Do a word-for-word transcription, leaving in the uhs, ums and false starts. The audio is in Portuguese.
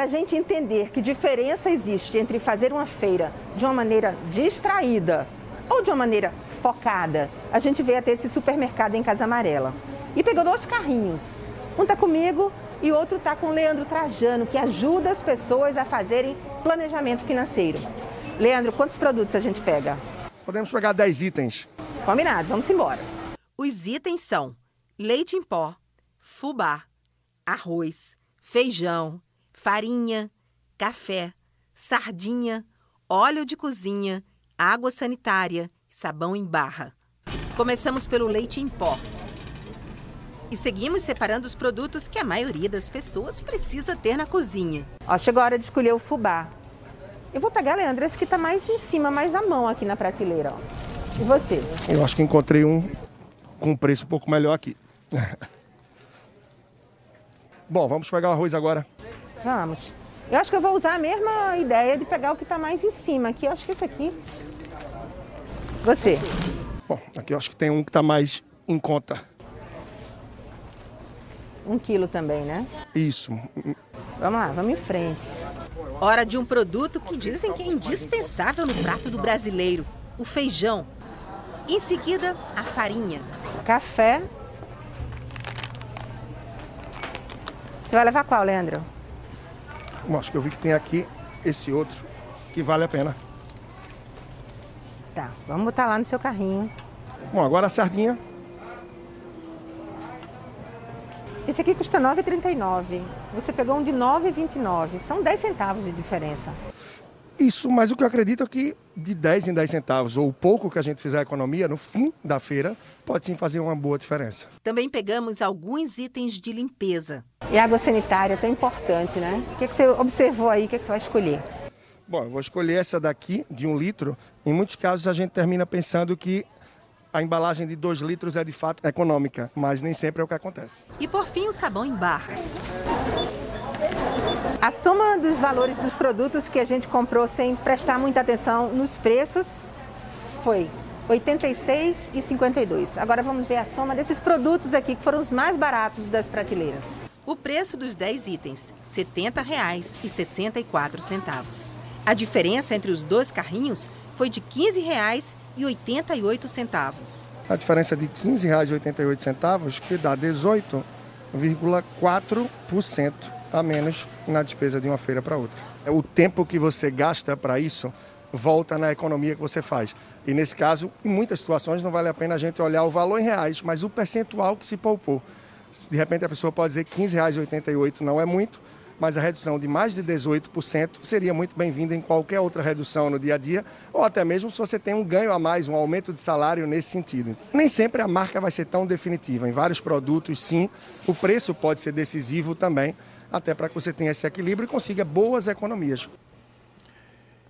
para a gente entender que diferença existe entre fazer uma feira de uma maneira distraída ou de uma maneira focada, a gente veio até esse supermercado em Casa Amarela. E pegou dois carrinhos. Um está comigo e o outro está com o Leandro Trajano, que ajuda as pessoas a fazerem planejamento financeiro. Leandro, quantos produtos a gente pega? Podemos pegar dez itens. Combinado, vamos embora. Os itens são leite em pó, fubá, arroz, feijão, farinha, café, sardinha, óleo de cozinha, água sanitária, sabão em barra. Começamos pelo leite em pó. E seguimos separando os produtos que a maioria das pessoas precisa ter na cozinha. Ó, chegou a hora de escolher o fubá. Eu vou pegar, Leandro, esse que está mais em cima, mais na mão aqui na prateleira. Ó. E você? Eu acho que encontrei um com um preço um pouco melhor aqui. Bom, vamos pegar o arroz agora. Vamos. Eu acho que eu vou usar a mesma ideia de pegar o que está mais em cima aqui. Eu acho que esse aqui. Você? Bom, aqui eu acho que tem um que está mais em conta. Um quilo também, né? Isso. Vamos lá, vamos em frente. Hora de um produto que dizem que é indispensável no prato do brasileiro, o feijão. Em seguida, a farinha. Café. Você vai levar qual, Leandro? Bom, acho que eu vi que tem aqui esse outro que vale a pena. Tá, vamos botar lá no seu carrinho. Bom, agora a sardinha. Esse aqui custa nove reais e trinta e nove centavos. Você pegou um de nove reais e vinte e nove centavos. São dez centavos de diferença. Isso, mas o que eu acredito é que de dez em dez centavos, ou o pouco que a gente fizer a economia, no fim da feira, pode sim fazer uma boa diferença. Também pegamos alguns itens de limpeza. E água sanitária, tão importante, né? O que, que você observou aí? O que, que você vai escolher? Bom, eu vou escolher essa daqui, de um litro. Em muitos casos, a gente termina pensando que a embalagem de dois litros é de fato econômica, mas nem sempre é o que acontece. E por fim, o sabão em barra. A soma dos valores dos produtos que a gente comprou sem prestar muita atenção nos preços foi oitenta e seis reais e cinquenta e dois centavos. Agora vamos ver a soma desses produtos aqui, que foram os mais baratos das prateleiras. O preço dos dez itens, setenta reais e sessenta e quatro centavos. A diferença entre os dois carrinhos foi de quinze reais e oitenta e oito centavos. A diferença de quinze reais e oitenta e oito centavos, que dá dezoito vírgula quatro por cento a menos na despesa de uma feira para outra. O tempo que você gasta para isso volta na economia que você faz. E nesse caso, em muitas situações, não vale a pena a gente olhar o valor em reais, mas o percentual que se poupou. De repente a pessoa pode dizer que quinze reais e oitenta e oito centavos não é muito, mas a redução de mais de dezoito por cento seria muito bem-vinda em qualquer outra redução no dia a dia, ou até mesmo se você tem um ganho a mais, um aumento de salário nesse sentido. Nem sempre a marca vai ser tão definitiva. Em vários produtos, sim, o preço pode ser decisivo também, até para que você tenha esse equilíbrio e consiga boas economias.